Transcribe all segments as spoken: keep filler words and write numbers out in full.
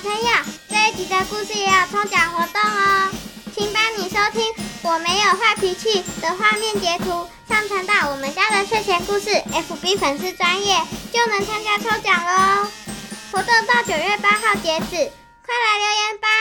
朋友，这一集的故事也有抽奖活动哦，请帮你收听我没有坏脾气的画面截图上传到我们家的睡前故事 F B 粉丝专页，就能参加抽奖咯。活动到九月八号截止，快来留言吧。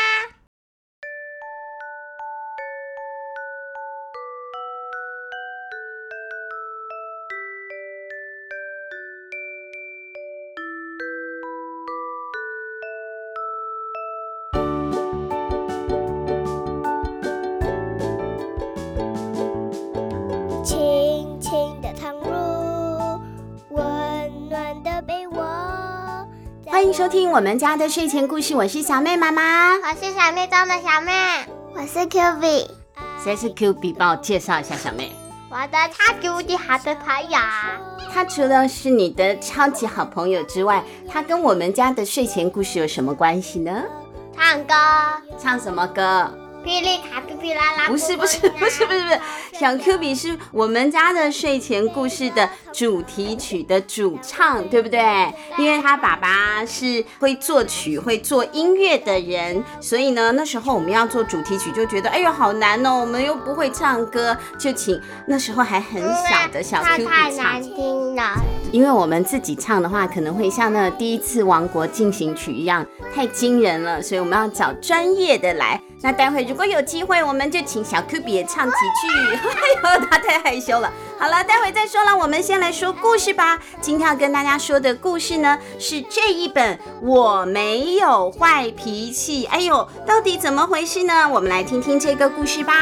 轻轻的躺入温暖的被窝。 欢迎收听我们家的睡前故事，我是小妹妈妈， 我是小妹中的小妹，我是 Q B。 谁是 Q B？ 帮我介绍一下小妹。 我的超级无敌好的朋友， 他除了是你的超级好朋友之外，他跟我们家的睡前故事有什么关系呢？ 唱歌。 唱什么歌？ 霹雳卡噼噼啦啦。 不是不是不是不是不是，小 Q B 是我们家的睡前故事的主题曲的主唱，对不对？因为他爸爸是会作曲会做音乐的人，所以呢那时候我们要做主题曲就觉得哎呦好难哦，我们又不会唱歌，就请那时候还很小的小 Q B 唱。 太难听了， 因为我们自己唱的话可能会像那第一次王国进行曲一样太惊人了，所以我们要找专业的来。那待会如果有机会我们就请小 Q B 也唱几句。哎呦他太害羞了。好了，待会再说了，我们先来说故事吧。今天要跟大家说的故事呢是这一本我没有坏脾气。哎呦到底怎么回事呢？我们来听听这个故事吧。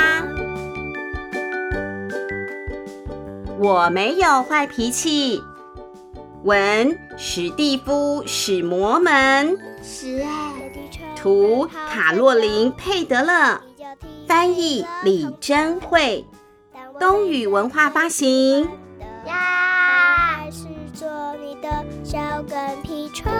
我没有坏脾气，文史蒂夫史摩门， 是哎， 图卡洛琳佩德勒，翻译李珍慧，东宇文化发行。 呀， 还是做你的小跟屁虫。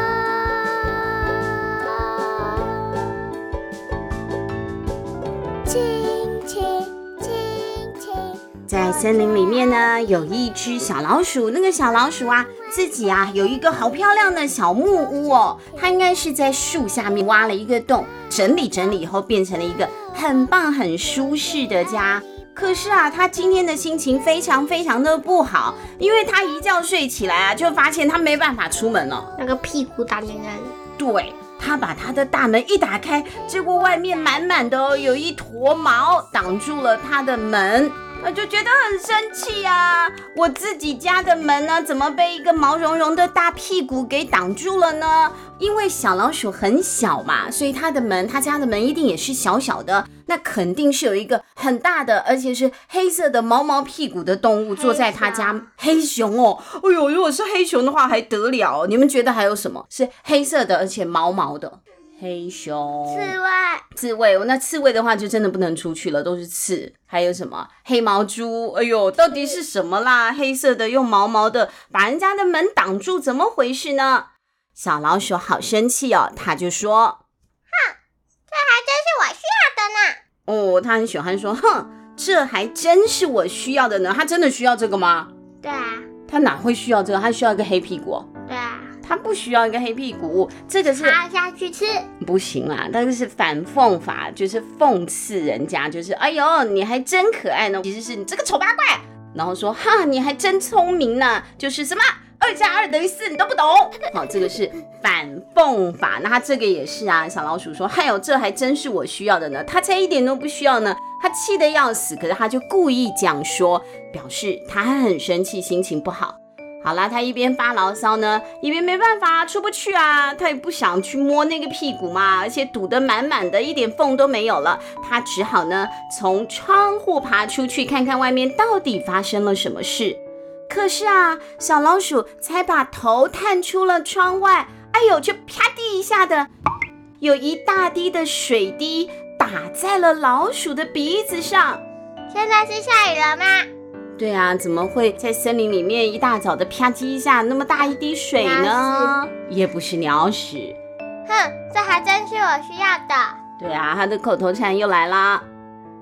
轻轻轻轻， 在森林里面呢，有一只小老鼠，那个小老鼠啊，自己啊有一个好漂亮的小木屋哦，它应该是在树下面挖了一个洞，整理整理以后变成了一个很棒很舒适的家。可是啊，他今天的心情非常非常的不好，因为他一觉睡起来啊，就发现他没办法出门了。 那个屁股打人。 对，他把他的大门一打开，结果外面满满的哦，有一坨毛挡住了他的门。他就觉得很生气啊，我自己家的门呢，怎么被一个毛茸茸的大屁股给挡住了呢？因为小老鼠很小嘛，所以他的门，他家的门一定也是小小的，那肯定是有一个很大的，而且是黑色的毛毛屁股的动物坐在他家。黑熊哦，哎呦，如果是黑熊的话还得了？你们觉得还有什么是黑色的而且毛毛的？黑熊、 刺猬、 刺猬，那刺猬的话就真的不能出去了，都是刺。还有什么黑毛猪？哎呦，到底是什么啦？黑色的又毛毛的，把人家的门挡住，怎么回事呢？小老鼠好生气哦，他就说：“ 哼，这还真是我需要的呢。” 哦，他很喜欢说：“哼，这还真是我需要的呢。”他真的需要这个吗？ 对啊。 他哪会需要这个？他需要一个黑屁股。 对啊。 他不需要一个黑屁股，这个是插下去吃不行啦，但是是反讽法，就是讽刺人家，就是哎呦你还真可爱呢，其实是你这个丑八怪，然后说哈你还真聪明呢，就是什么二加二等于四你都不懂。好，这个是反讽法。那他这个也是啊，小老鼠说哎呦这还真是我需要的呢，他才一点都不需要呢，他气得要死，可是他就故意讲说，表示他很生气，心情不好。好啦，他一边发牢骚呢，一边没办法出不去啊，他也不想去摸那个屁股嘛，而且堵得满满的，一点缝都没有了，他只好呢从窗户爬出去看看外面到底发生了什么事。可是啊，小老鼠才把头探出了窗外，哎呦，就啪地一下的，有一大滴的水滴打在了老鼠的鼻子上。 现在是下雨了吗？ 对啊，怎么会在森林里面一大早的啪叽一下那么大一滴水呢？也不是鸟屎。 哼，这还真是我需要的。 对啊，他的口头禅又来啦。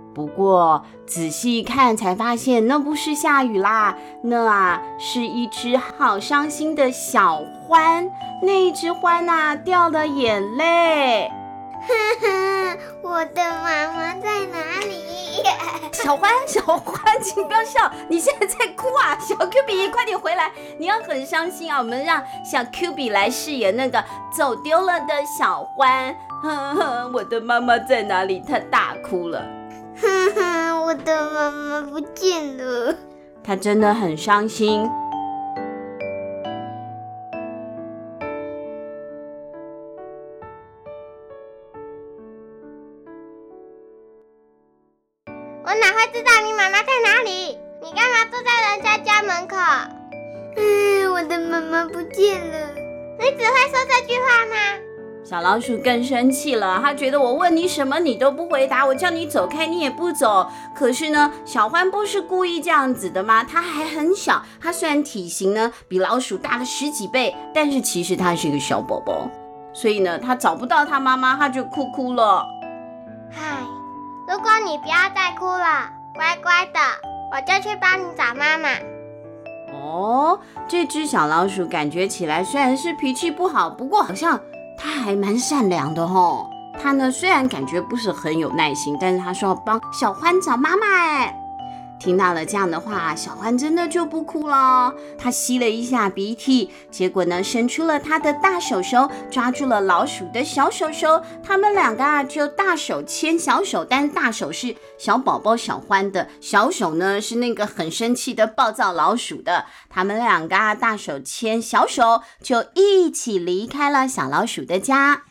不过仔细一看才发现那不是下雨啦，那啊是一只好伤心的小獾，那一只獾啊掉了眼泪。 呵呵，我的妈妈在哪里？ 小獾，小獾，请不要笑，你现在在哭啊！小 Q 比，快点回来，你要很伤心啊！我们让小 Q 比来饰演那个走丢了的小獾。呵呵，我的妈妈在哪里？她大哭了。 呵呵，我的妈妈不见了。 她真的很伤心。 我哪会知道你妈妈在哪里？你干嘛坐在人家家门口？嗯，我的妈妈不见了。你只会说这句话吗？ 小老鼠更生气了，他觉得我问你什么你都不回答，我叫你走开你也不走。可是呢，小獾不是故意这样子的吗？他还很小，他虽然体型呢比老鼠大了十几倍，但是其实他是一个小宝宝，所以呢，他找不到他妈妈，他就哭哭了。 嗨，如果你不要再哭了，乖乖的，我就去帮你找妈妈。 哦，这只小老鼠感觉起来虽然是脾气不好，不过好像它还蛮善良的吼。它呢虽然感觉不是很有耐心，但是它说要帮小獾找妈妈哎。听到了这样的话，小獾真的就不哭了。它吸了一下鼻涕，结果呢伸出了它的大手手，抓住了老鼠的小手手。他们两个啊就大手牵小手，但是大手是小宝宝小獾的，小手呢是那个很生气的暴躁老鼠的。他们两个啊大手牵小手，就一起离开了小老鼠的家。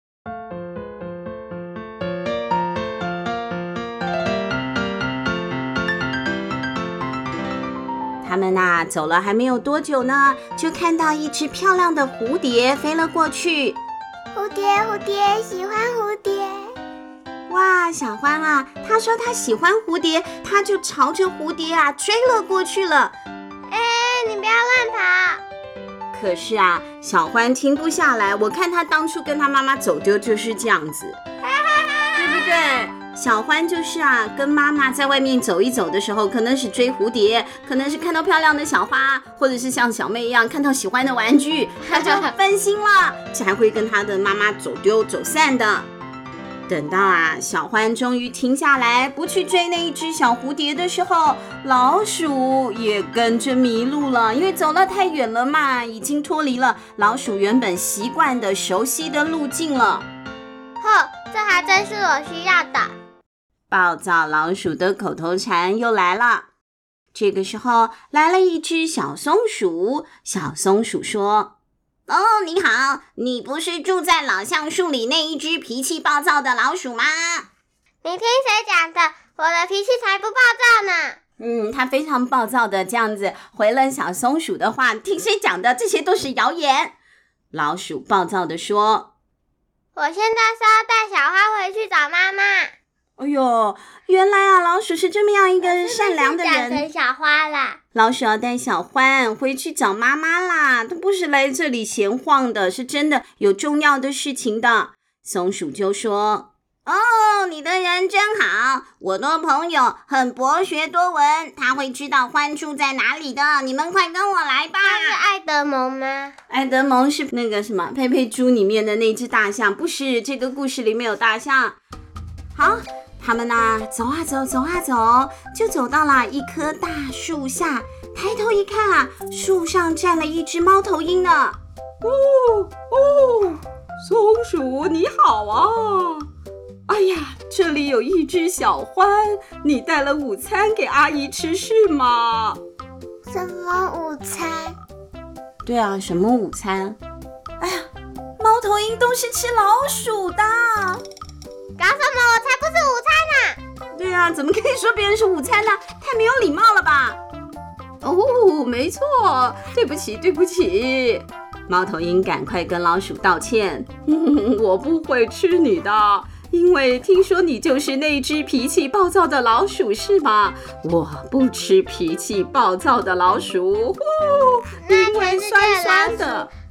他们啊走了还没有多久呢，就看到一只漂亮的蝴蝶飞了过去。 蝴蝶，蝴蝶，喜欢蝴蝶。 哇，小獾啊，他说他喜欢蝴蝶，他就朝着蝴蝶啊追了过去了。 哎，你不要乱跑。 可是啊，小獾停不下来，我看他当初跟他妈妈走丢就是这样子，对不对？小獾就是啊，跟妈妈在外面走一走的时候，可能是追蝴蝶，可能是看到漂亮的小花，或者是像小妹一样看到喜欢的玩具，他就分心了，才会跟他的妈妈走丢走散的。等到啊，小獾终于停下来，不去追那一只小蝴蝶的时候，老鼠也跟着迷路了，因为走了太远了嘛，已经脱离了老鼠原本习惯的熟悉的路径了。 呵，这还真是我需要的。 暴躁老鼠的口头禅又来了。这个时候来了一只小松鼠，小松鼠说：哦，你好，你不是住在老橡树里那一只脾气暴躁的老鼠吗？ 你听谁讲的？我的脾气才不暴躁呢。 嗯，他非常暴躁的这样子回了小松鼠的话，听谁讲的？这些都是谣言。老鼠暴躁的说： 我现在是要带小花回去找妈妈。 哎呦，原来啊，老鼠是这么样一个善良的人。 是不是讲成小花啦？ 老鼠要带小獾回去找妈妈啦，他不是来这里闲晃的，是真的有重要的事情的。松鼠就说：哦，你的人真好，我的朋友很博学多闻，他会知道獾住在哪里的，你们快跟我来吧。 他是爱德蒙吗？ 爱德蒙是那个什么佩佩猪里面的那只大象，不是，这个故事里面有大象。好，他们啊走啊走，走啊走，就走到了一棵大树下。抬头一看啊，树上站了一只猫头鹰呢。哦哦，松鼠你好啊！哎呀，这里有一只小獾，你带了午餐给阿姨吃是吗？ 什么午餐？ 对啊，什么午餐？哎呀，猫头鹰都是吃老鼠的。 搞什么？我才不是午餐呢！ 对啊，怎么可以说别人是午餐呢？太没有礼貌了吧！哦，没错，对不起，对不起。猫头鹰赶快跟老鼠道歉。嗯，我不会吃你的，因为听说你就是那只脾气暴躁的老鼠是吗？我不吃脾气暴躁的老鼠，哦，因为酸酸的。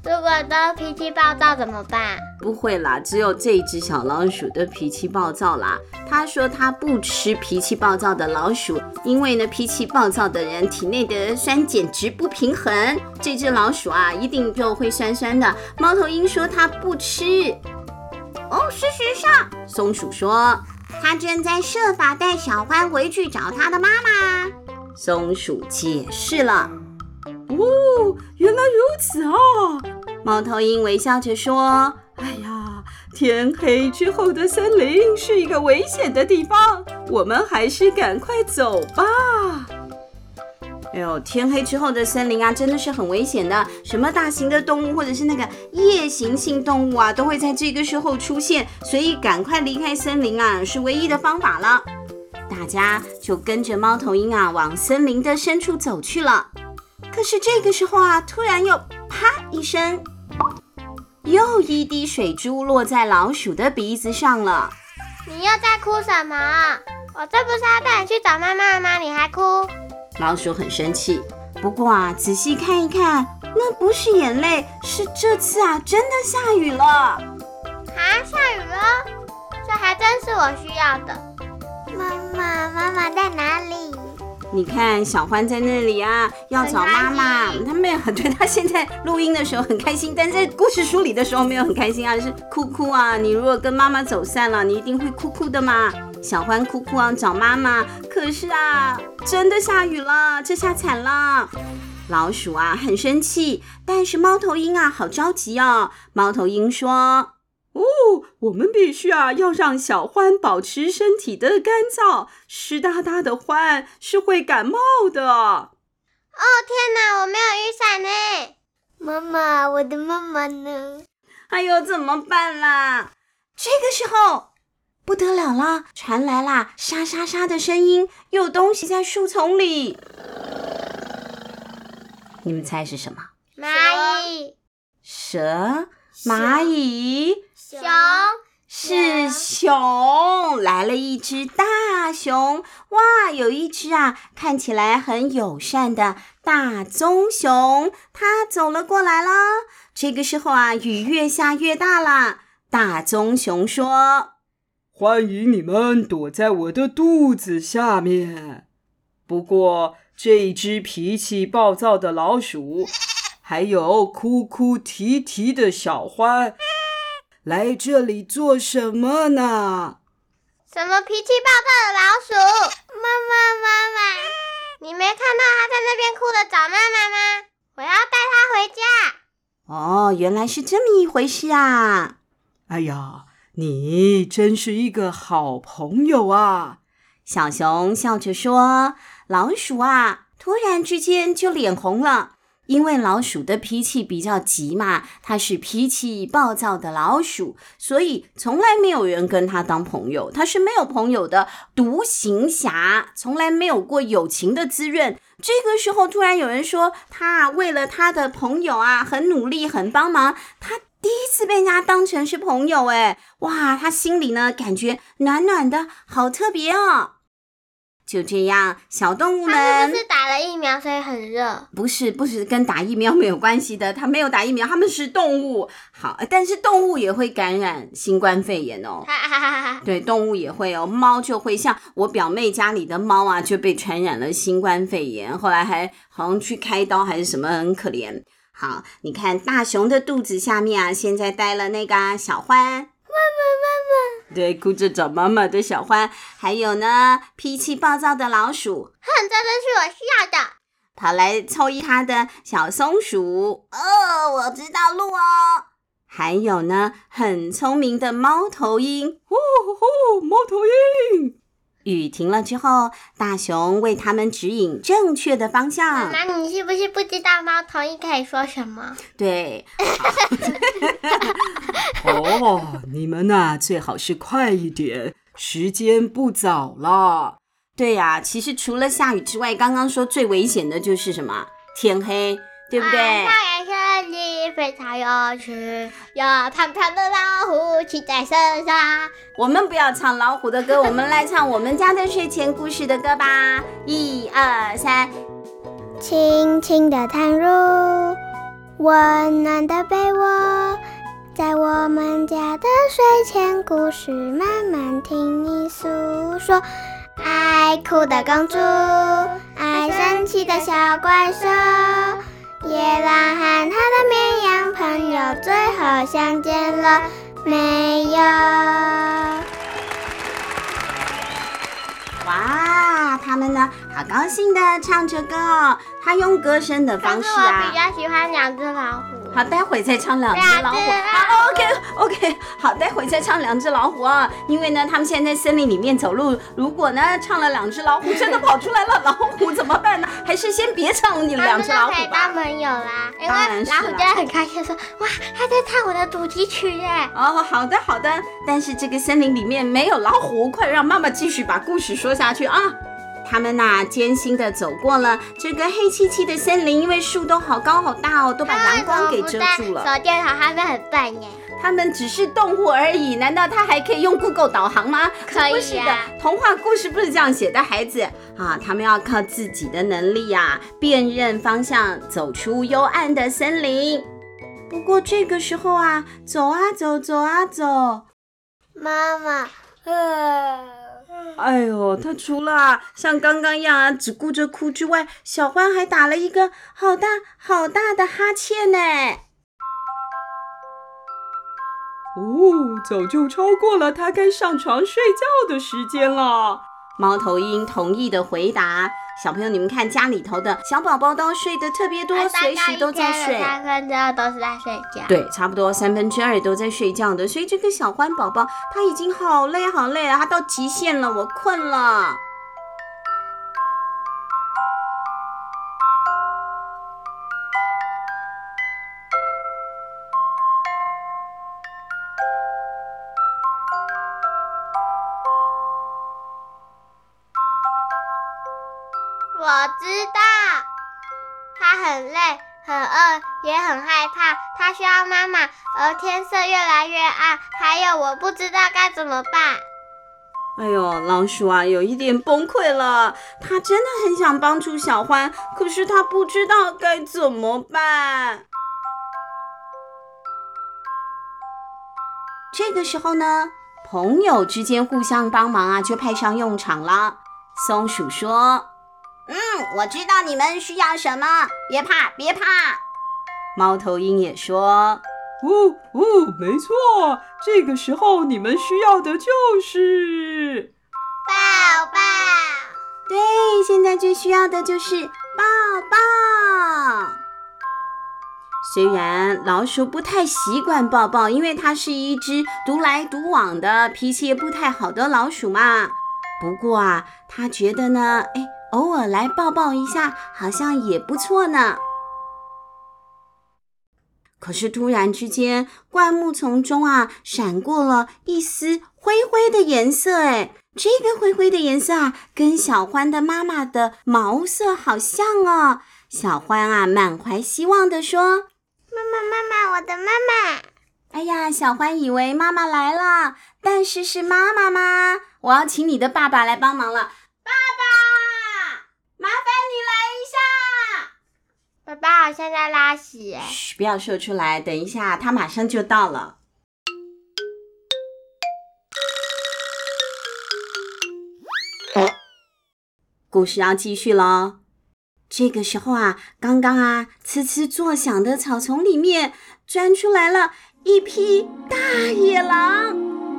如果都脾气暴躁怎么办？ 不会啦，只有这一只小老鼠的脾气暴躁啦。他说他不吃脾气暴躁的老鼠，因为呢，脾气暴躁的人体内的酸碱值不平衡，这只老鼠啊，一定就会酸酸的。猫头鹰说他不吃。哦，事实上，松鼠说他正在设法带小欢回去找他的妈妈。松鼠解释了。哦，原来如此啊！猫头鹰微笑着说：“哎呀，天黑之后的森林是一个危险的地方，我们还是赶快走吧。”哎呦，天黑之后的森林啊，真的是很危险的。什么大型的动物或者是那个夜行性动物啊，都会在这个时候出现，所以赶快离开森林啊，是唯一的方法了。大家就跟着猫头鹰啊，往森林的深处走去了。可是这个时候啊，突然又啪一声，又一滴水珠落在老鼠的鼻子上了。 你又在哭什么？我这不是要带你去找妈妈吗？你还哭？ 老鼠很生气，不过啊，仔细看一看，那不是眼泪，是这次啊，真的下雨了。 啊，下雨了？这还真是我需要的。 妈妈，妈妈在哪里？ 你看小欢在那里啊，要找妈妈。他没有，对，他现在录音的时候很开心，但在故事书里的时候没有很开心啊，是哭哭啊。你如果跟妈妈走散了，你一定会哭哭的嘛。小欢哭哭啊，找妈妈。可是啊，真的下雨了，这下惨了。老鼠啊很生气，但是猫头鹰啊好着急哦。猫头鹰说：“哦，我们必须啊，要让小欢保持身体的干燥，湿哒哒的欢是会感冒的。” 哦天哪，我没有雨伞呢！ 妈妈，我的妈妈呢？ 哎呦，怎么办啦？这个时候不得了啦，传来啦沙沙沙的声音，有东西在树丛里。你们猜是什么？ 蚂蚁、 蛇、蚂蚁、 熊， 是熊，来了一只大熊。哇，有一只啊看起来很友善的大棕熊，它走了过来了。这个时候啊，雨越下越大了。大棕熊说：“ 欢迎你们躲在我的肚子下面。不过这一只脾气暴躁的老鼠，还有哭哭啼啼的小欢，来这里做什么呢？” 什么脾气暴躁的老鼠？妈妈，妈妈，你没看到他在那边哭着找妈妈吗？我要带他回家。 哦，原来是这么一回事啊！ 哎呀，你真是一个好朋友啊！ 小熊笑着说。老鼠啊，突然之间就脸红了，因为老鼠的脾气比较急嘛，它是脾气暴躁的老鼠，所以从来没有人跟它当朋友，它是没有朋友的独行侠，从来没有过友情的滋润。这个时候突然有人说他为了他的朋友啊很努力很帮忙，他第一次被人家当成是朋友诶，哇，他心里呢感觉暖暖的，好特别哦。就这样，小动物们， 他是不是打了疫苗所以很热？ 不是，不是跟打疫苗没有关系的，他没有打疫苗，他们是动物。好，但是动物也会感染新冠肺炎哦。对，动物也会哦，猫就会，像我表妹家里的猫啊，就被传染了新冠肺炎，后来还好像去开刀还是什么，很可怜。好，你看大熊的肚子下面啊，现在带了那个、啊、小欢。妈妈，妈妈。对，哭着找妈妈的小欢，还有呢，脾气暴躁的老鼠， 哼，这真是我需要的。 跑来凑一它的小松鼠，哦，我知道路哦。还有呢，很聪明的猫头鹰， 哦哦，猫头鹰。 雨停了之后，大熊为他们指引正确的方向。 妈妈，你是不是不知道猫头鹰可以说什么？ 对。 哦，你们啊，最好是快一点，时间不早了。 对呀、啊，其实除了下雨之外，刚刚说最危险的就是什么？天黑，对不对？ 太阳升起，非常有趣，有胖胖的老虎骑在身上。 我们不要唱老虎的歌，我们来唱我们家的睡前故事的歌吧。一二三， 轻轻地探入温暖的被窝，在我们家的睡前故事，慢慢听你诉说。爱哭的公主，爱生气的小怪兽，野狼和他的绵羊朋友，最后相见了没有？ 哇，他们呢，好高兴的唱着歌哦。他用歌声的方式啊。 可是我比较喜欢两只老虎。 好，待会再唱两只老虎。好 ，OK OK， 好，待会再唱两只老虎啊。因为呢，他们现在在森林里面走路，如果呢唱了两只老虎真的跑出来了，老虎怎么办呢？还是先别唱你两只老虎吧。 他们就可以当朋友啦，因为老虎就会很开心说：“哇，他在唱我的主题曲耶！” 哦，好的好的，但是这个森林里面没有老虎，快让妈妈继续把故事说下去啊。他们呐、啊，艰辛地走过了这个黑漆漆的森林，因为树都好高好大哦，都把阳光给遮住了。 手电筒他们很笨耶， 他们只是动物而已，难道他还可以用 Google 导航吗？ 可以啊。 不是的，童话故事不是这样写的，孩子啊，他们要靠自己的能力啊，辨认方向，走出幽暗的森林。不过这个时候啊，走啊走，走啊走， 妈妈，呃。 哎呦，他除了、啊、像刚刚一样啊，只顾着哭之外，小欢还打了一个好大好大的哈欠呢。哦，早就超过了他该上床睡觉的时间了。 猫头鹰同意的回答。小朋友，你们看家里头的小宝宝都睡得特别多，随时都在睡。 三分之二都是在睡觉。 对，差不多三分之二都在睡觉的，所以这个小欢宝宝他已经好累好累了，他到极限了，我困了。 我知道，他很累、很饿，也很害怕，他需要妈妈，而天色越来越暗，还有我不知道该怎么办。 哎呦，老鼠啊，有一点崩溃了。他真的很想帮助小欢，可是他不知道该怎么办。 这个时候呢，朋友之间互相帮忙啊，就派上用场了。松鼠说：“嗯，我知道你们需要什么，别怕，别怕。”猫头鹰也说：“ 哦哦，没错，这个时候你们需要的就是抱抱。” 对，现在最需要的就是抱抱。虽然老鼠不太习惯抱抱，因为它是一只独来独往的，脾气也不太好的老鼠嘛。不过啊，它觉得呢，哎，偶尔来抱抱一下，好像也不错呢。可是突然之间，灌木丛中啊，闪过了一丝灰灰的颜色。哎，这个灰灰的颜色啊，跟小欢的妈妈的毛色好像哦。小欢啊，满怀希望地说：“ 妈妈，妈妈，我的妈妈！” 哎呀，小欢以为妈妈来了，但是是妈妈吗？我要请你的爸爸来帮忙了。爸爸，麻烦你来一下。 爸爸好像在拉屎哎。 嘘，不要说出来，等一下，他马上就到了。故事要继续咯。这个时候啊，刚刚啊，呲呲作响的草丛里面钻出来了一匹大野狼。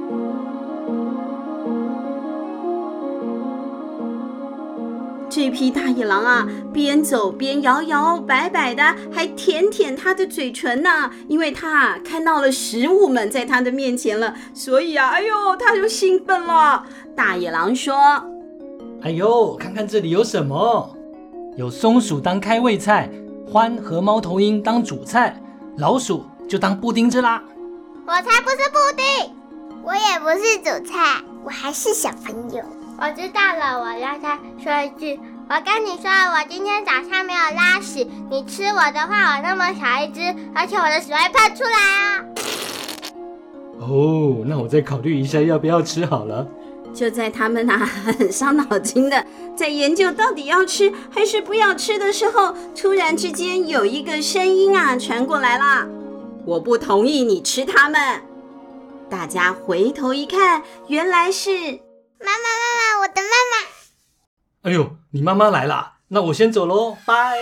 这匹大野狼啊，边走边摇摇摆摆的，还舔舔它的嘴唇呢，因为它啊看到了食物们在它的面前了，所以啊，哎呦，它就兴奋了。大野狼说：“ 哎呦，看看这里有什么？有松鼠当开胃菜，獾和猫头鹰当主菜，老鼠就当布丁吃啦。” 我才不是布丁， 我也不是主菜，我还是小朋友。 我知道了，我让他说一句：“我跟你说，我今天早上没有拉屎，你吃我的话，我那么小一只，而且我的屎会喷出来啊。” 哦，那我再考虑一下要不要吃好了。 就在他们啊很伤脑筋的在研究到底要吃还是不要吃的时候，突然之间有一个声音啊传过来啦：我不同意你吃它们。大家回头一看，原来是妈妈妈妈，我的妈妈。 哎呦，你妈妈来啦，那我先走咯，拜。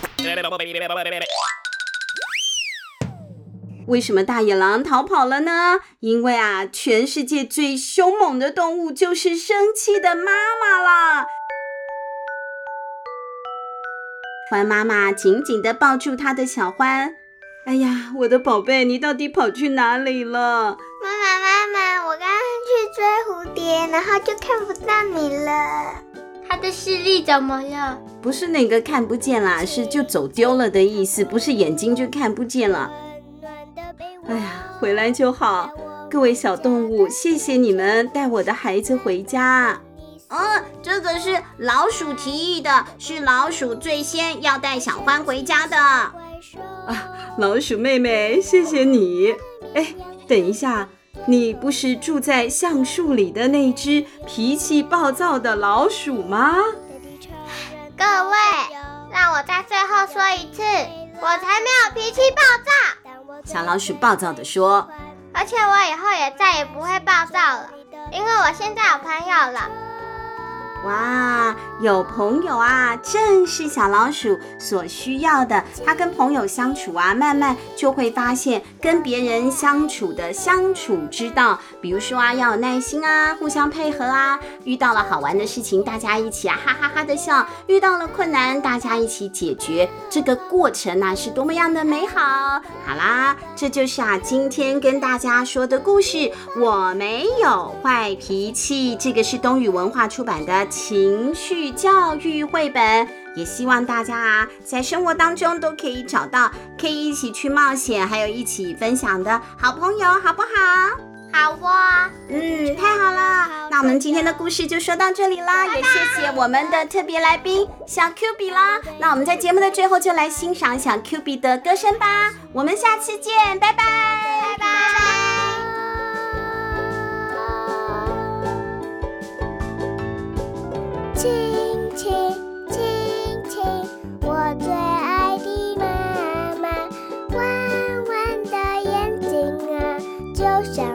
为什么大野狼逃跑了呢？因为啊，全世界最凶猛的动物就是生气的妈妈啦。欢妈妈紧紧地抱住她的小欢。哎呀，我的宝贝，你到底跑去哪里了？ 妈妈妈妈，我刚刚去追蝴蝶，然后就看不到你了。 他的视力怎么了？ 不是那个看不见啦，是就走丢了的意思，不是眼睛就看不见了。哎呀，回来就好。各位小动物，谢谢你们带我的孩子回家。 嗯，这个是老鼠提议的，是老鼠最先要带小欢回家的。 啊，老鼠妹妹，谢谢你。哎，等一下，你不是住在橡树里的那只脾气暴躁的老鼠吗？ 各位，让我在最后说一次，我才没有脾气暴躁。 小老鼠暴躁地说， 而且我以后也再也不会暴躁了，因为我现在有朋友了。 哇，有朋友啊，正是小老鼠所需要的。它跟朋友相处啊，慢慢就会发现跟别人相处的相处之道。比如说啊，要有耐心啊，互相配合啊。遇到了好玩的事情，大家一起啊哈哈哈的笑；遇到了困难，大家一起解决。这个过程啊，是多么样的美好！好啦，这就是啊今天跟大家说的故事。我没有坏脾气，这个是东宇文化出版的情绪教育绘本，也希望大家啊在生活当中都可以找到可以一起去冒险，还有一起分享的好朋友，好不好？ 好哇， 嗯，太好了。那我们今天的故事就说到这里啦，也谢谢我们的特别来宾小 Q B 啦。那我们在节目的最后就来欣赏小 Q B 的歌声吧。我们下次见，拜拜，拜拜。 亲亲亲亲，我最爱的妈妈，弯弯的眼睛啊，就像